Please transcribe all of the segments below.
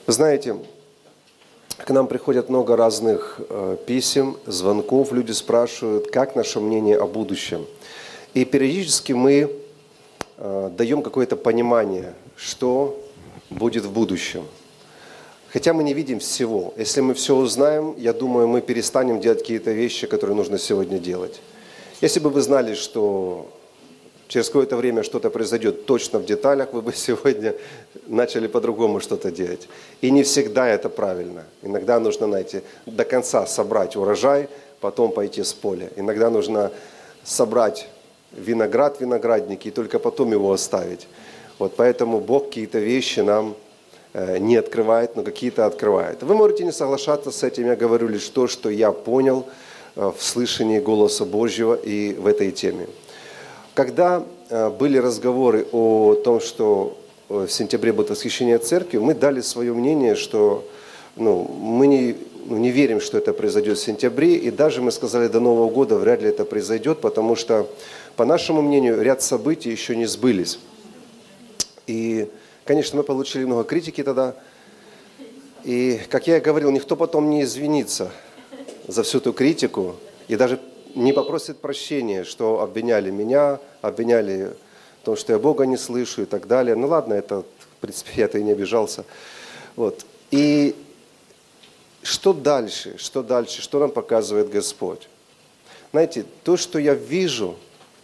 Вы знаете, к нам приходят много разных писем, звонков, люди спрашивают, как наше мнение о будущем. И периодически мы даем какое-то понимание, что будет в будущем. Хотя мы не видим всего. Если мы все узнаем, я думаю, мы перестанем делать какие-то вещи, которые нужно сегодня делать. Если бы вы знали, что через какое-то время что-то произойдет точно в деталях, вы бы сегодня начали по-другому что-то делать. И не всегда это правильно. Иногда нужно, знаете, до конца собрать урожай, потом пойти с поля. Иногда нужно собрать виноград в винограднике и только потом его оставить. Вот поэтому Бог какие-то вещи нам не открывает, но какие-то открывает. Вы можете не соглашаться с этим, я говорю лишь то, что я понял в слышании голоса Божьего и в этой теме. Когда были разговоры о том, что в сентябре будет восхищение церкви, мы дали свое мнение, что мы не верим, что это произойдет в сентябре, и даже мы сказали, до Нового года вряд ли это произойдет, потому что, по нашему мнению, ряд событий еще не сбылись. И, конечно, мы получили много критики тогда, и, как я и говорил, никто потом не извинится за всю эту критику, и даже не попросит прощения, что обвиняли меня, обвиняли в том, что я Бога не слышу и так далее. Ну ладно, это, в принципе, я-то и не обижался. Вот. И что дальше? Что дальше? Что нам показывает Господь? Знаете, то, что я вижу,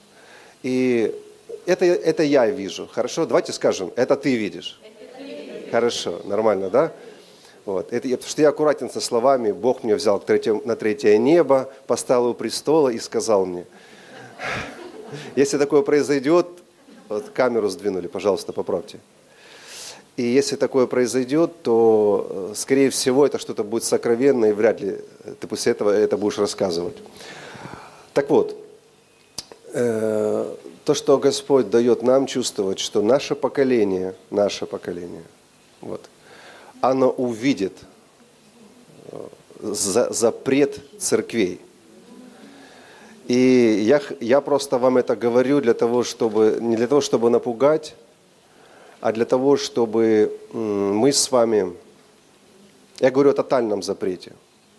и это я вижу. Хорошо? Давайте скажем, это ты видишь. Хорошо, нормально, да? Вот. Потому что я аккуратен со словами, Бог меня взял на третье небо, поставил у престола и сказал мне, если такое произойдет, вот камеру сдвинули, пожалуйста, поправьте. И если такое произойдет, то, скорее всего, это что-то будет сокровенное, и вряд ли ты после этого это будешь рассказывать. Так вот, то, что Господь дает нам чувствовать, что наше поколение, вот, оно увидит запрет церквей. И я просто вам это говорю для того, не для того, чтобы напугать, а для того, чтобы мы с вами, я говорю о тотальном запрете.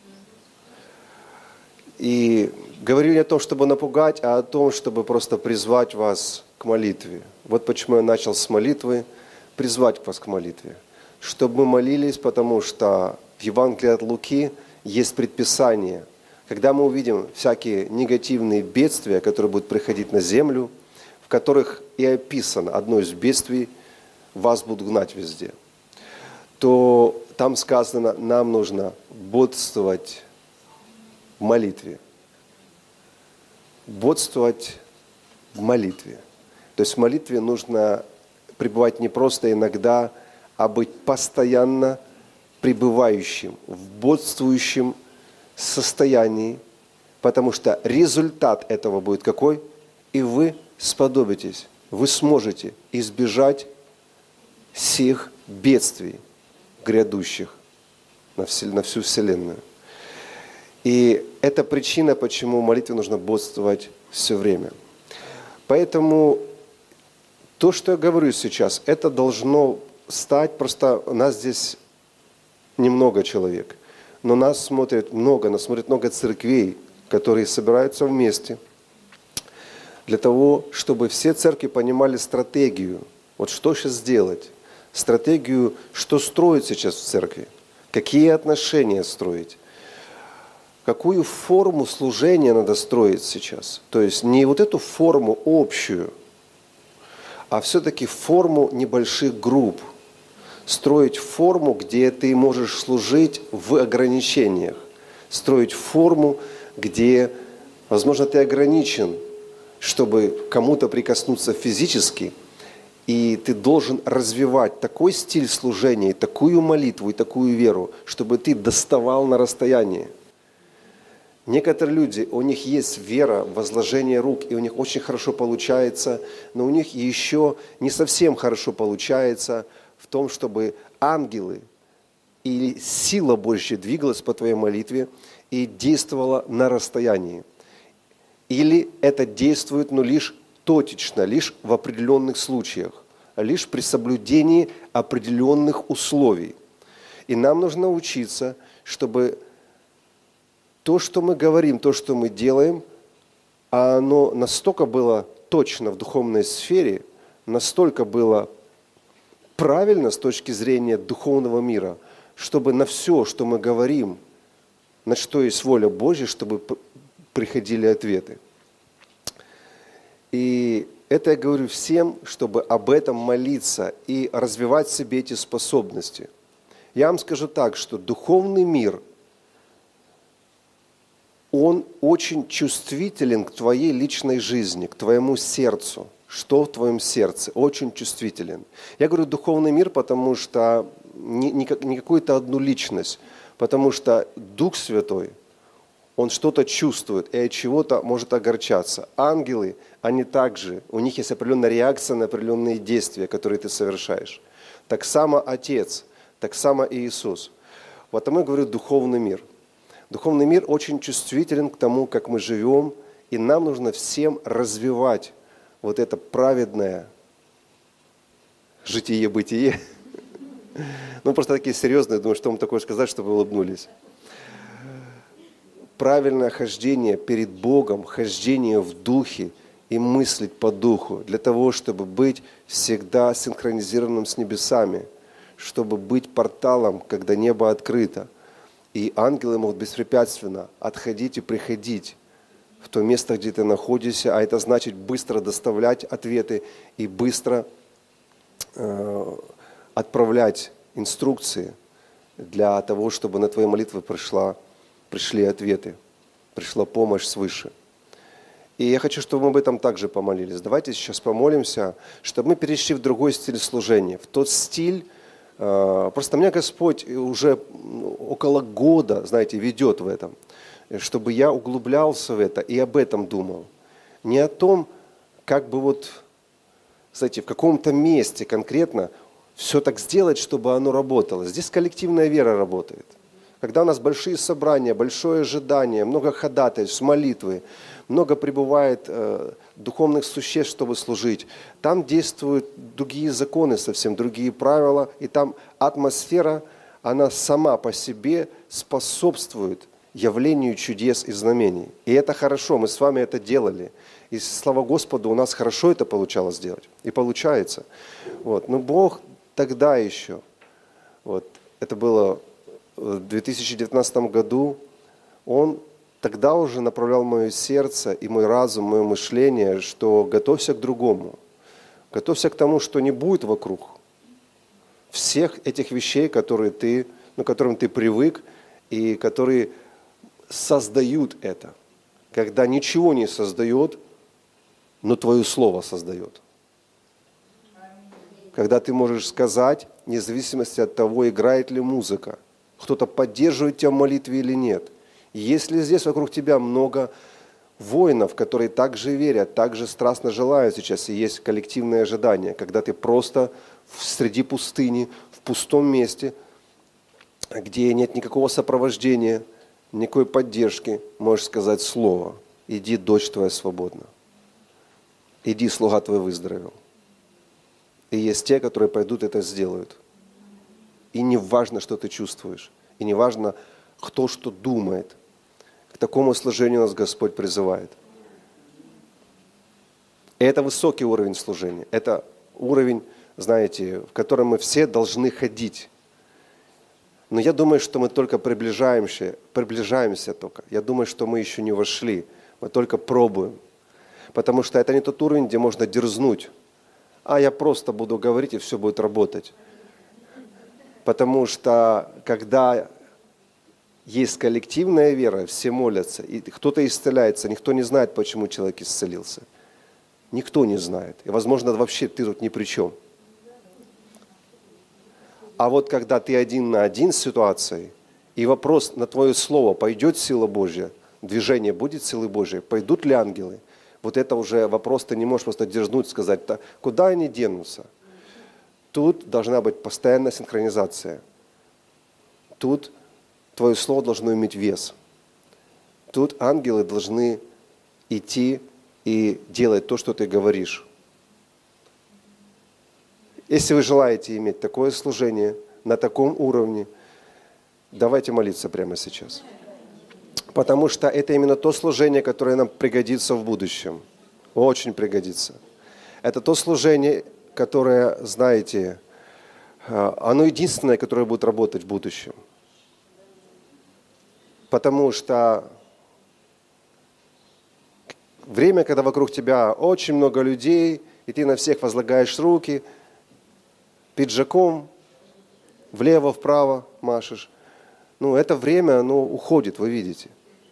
И говорю не о том, чтобы напугать, а о том, чтобы просто призвать вас к молитве. Вот почему я начал с молитвы, призвать вас к молитве. Чтобы мы молились, потому что в Евангелии от Луки есть предписание. Когда мы увидим всякие негативные бедствия, которые будут приходить на землю, в которых и описано одно из бедствий, вас будут гнать везде, то там сказано, нам нужно бодствовать в молитве. Бодствовать в молитве. То есть в молитве нужно пребывать не просто иногда, а быть постоянно пребывающим в бодствующем состоянии, потому что результат этого будет какой? И вы сподобитесь, вы сможете избежать всех бедствий грядущих на всю Вселенную. И это причина, почему в молитве нужно бодствовать все время. Поэтому то, что я говорю сейчас, это должно стать, просто нас здесь немного человек, но нас смотрит много церквей, которые собираются вместе для того, чтобы все церкви понимали стратегию, вот что сейчас сделать, стратегию, что строить сейчас в церкви, какие отношения строить, какую форму служения надо строить сейчас. То есть не вот эту форму общую, а все-таки форму небольших групп. Строить форму, где ты можешь служить в ограничениях. Строить форму, где, возможно, ты ограничен, чтобы кому-то прикоснуться физически, и ты должен развивать такой стиль служения, такую молитву и такую веру, чтобы ты доставал на расстоянии. Некоторые люди, у них есть вера, возложение рук, и у них очень хорошо получается, но у них еще не совсем хорошо получается в том, чтобы ангелы или сила Божья двигалась по твоей молитве и действовала на расстоянии. Или это действует, но лишь точечно, лишь в определенных случаях, лишь при соблюдении определенных условий. И нам нужно учиться, чтобы то, что мы говорим, то, что мы делаем, оно настолько было точно в духовной сфере, настолько было правильно с точки зрения духовного мира, чтобы на все, что мы говорим, на что есть воля Божья, чтобы приходили ответы. И это я говорю всем, чтобы об этом молиться и развивать в себе эти способности. Я вам скажу так, что духовный мир, он очень чувствителен к твоей личной жизни, к твоему сердцу. Что в твоем сердце? Очень чувствителен. Я говорю духовный мир, потому что не какую-то одну личность, потому что Дух Святой, Он что-то чувствует и от чего-то может огорчаться. Ангелы, они также, у них есть определенная реакция на определенные действия, которые ты совершаешь. Так само Отец, так само и Иисус. Потому я говорю духовный мир. Духовный мир очень чувствителен к тому, как мы живем, и нам нужно всем развивать вот это праведное житие-бытие. Ну, просто такие серьезные, думаю, что вам такое сказать, чтобы вы улыбнулись. Правильное хождение перед Богом, хождение в духе и мыслить по духу, для того, чтобы быть всегда синхронизированным с небесами, чтобы быть порталом, когда небо открыто, и ангелы могут беспрепятственно отходить и приходить в то место, где ты находишься, а это значит быстро доставлять ответы и быстро отправлять инструкции для того, чтобы на твои молитвы пришли ответы, пришла помощь свыше. И я хочу, чтобы мы об этом также помолились. Давайте сейчас помолимся, чтобы мы перешли в другой стиль служения, в тот стиль. Просто меня Господь уже около года, знаете, ведет в этом, чтобы я углублялся в это и об этом думал. Не о том, как бы вот, знаете, в каком-то месте конкретно все так сделать, чтобы оно работало. Здесь коллективная вера работает. Когда у нас большие собрания, большое ожидание, много ходатайств, молитвы, много прибывает духовных существ, чтобы служить, там действуют другие законы, совсем другие правила, и там атмосфера, она сама по себе способствует явлению чудес и знамений. И это хорошо, мы с вами это делали. И слава Господу, у нас хорошо это получалось делать. И получается. Вот. Но Бог тогда еще, вот, это было в 2019 году, Он тогда уже направлял мое сердце и мой разум, мое мышление, что готовься к другому. Готовься к тому, что не будет вокруг всех этих вещей, к которым ты привык и которые создают это. Когда ничего не создает, но твое слово создает. Когда ты можешь сказать, вне зависимости от того, играет ли музыка, кто-то поддерживает тебя в молитве или нет. Если здесь вокруг тебя много воинов, которые также верят, также страстно желают сейчас, и есть коллективное ожидание, когда ты просто среди пустыни, в пустом месте, где нет никакого сопровождения, никакой поддержки, можешь сказать слово. Иди, дочь твоя свободна. Иди, слуга твой выздоровел. И есть те, которые пойдут это сделают. И не важно, что ты чувствуешь. И не важно, кто что думает. К такому служению нас Господь призывает. И это высокий уровень служения. Это уровень, знаете, в котором мы все должны ходить. Но я думаю, что мы только приближаемся только. Я думаю, что мы еще не вошли. Мы только пробуем. Потому что это не тот уровень, где можно дерзнуть. Я просто буду говорить, и все будет работать. Потому что когда есть коллективная вера, все молятся, и кто-то исцеляется, никто не знает, почему человек исцелился. Никто не знает. И, возможно, вообще ты тут ни при чем. А вот когда ты один на один с ситуацией, и вопрос на твое слово, пойдет сила Божья, движение будет силы Божьей, пойдут ли ангелы, вот это уже вопрос, ты не можешь просто дерзнуть, сказать, куда они денутся. Тут должна быть постоянная синхронизация. Тут твое слово должно иметь вес. Тут ангелы должны идти и делать то, что ты говоришь. Если вы желаете иметь такое служение на таком уровне, Давайте молиться прямо сейчас. Потому что это именно то служение, которое нам пригодится в будущем. Очень пригодится. Это то служение, которое, знаете, оно единственное, которое будет работать в будущем. Потому что время, когда вокруг тебя очень много людей, и ты на всех возлагаешь руки, пиджаком влево-вправо машешь, это время, оно уходит, вы видите.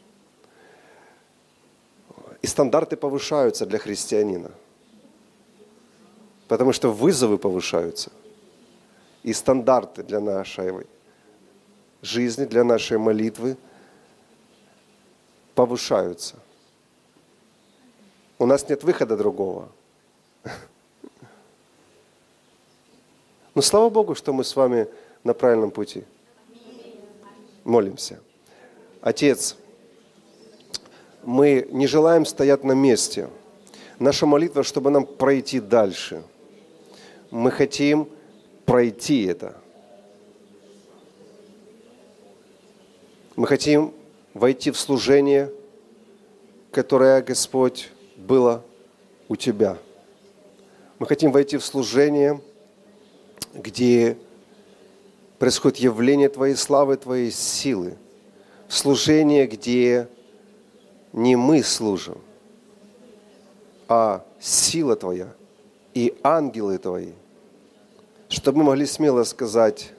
И стандарты повышаются для христианина. Потому что вызовы повышаются. И стандарты для нашей жизни, для нашей молитвы повышаются. У нас нет выхода другого. Но слава Богу, что мы с вами на правильном пути. Молимся. Отец, мы не желаем стоять на месте. Наша молитва, чтобы нам пройти дальше. Мы хотим пройти это. Мы хотим войти в служение, которое, Господь, было у Тебя. Мы хотим войти в служение, где происходит явление Твоей славы, Твоей силы. В служение, где не мы служим, а сила Твоя и ангелы Твои. Чтобы мы могли смело сказать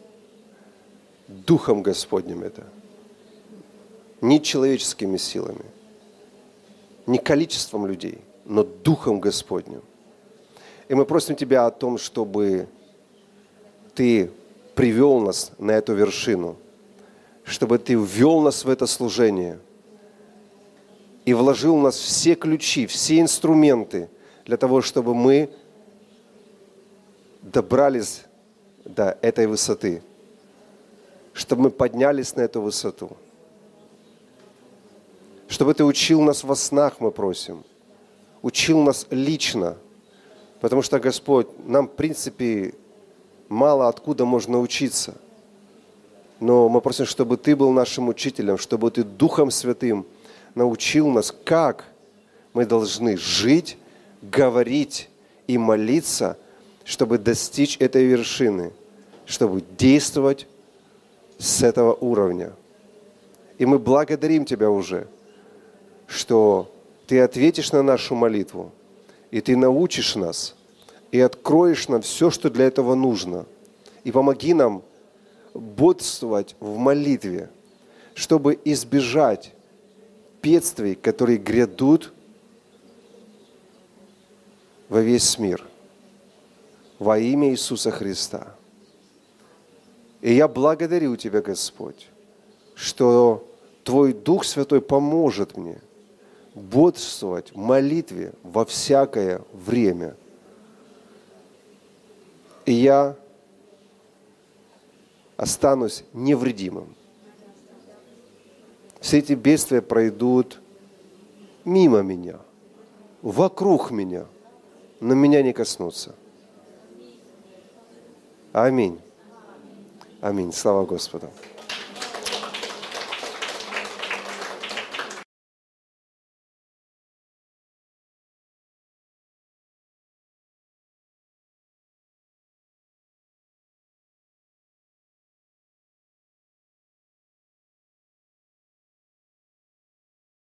Духом Господним это. Не человеческими силами, не количеством людей, но Духом Господним. И мы просим Тебя о том, чтобы Ты привел нас на эту вершину, чтобы Ты ввел нас в это служение и вложил в нас все ключи, все инструменты для того, чтобы мы добрались до этой высоты, чтобы мы поднялись на эту высоту, чтобы Ты учил нас во снах, мы просим, учил нас лично, потому что, Господь, нам, в принципе, мало откуда можно учиться, но мы просим, чтобы Ты был нашим учителем, чтобы Ты Духом Святым научил нас, как мы должны жить, говорить и молиться, чтобы достичь этой вершины, чтобы действовать с этого уровня. И мы благодарим Тебя уже, что Ты ответишь на нашу молитву, и Ты научишь нас, и откроешь нам все, что для этого нужно. И помоги нам бодрствовать в молитве, чтобы избежать бедствий, которые грядут во весь мир. Во имя Иисуса Христа. И я благодарю Тебя, Господь, что Твой Дух Святой поможет мне бодрствовать в молитве во всякое время. И я останусь невредимым. Все эти бедствия пройдут мимо меня, вокруг меня, но меня не коснутся. Аминь. Аминь. Слава Господу.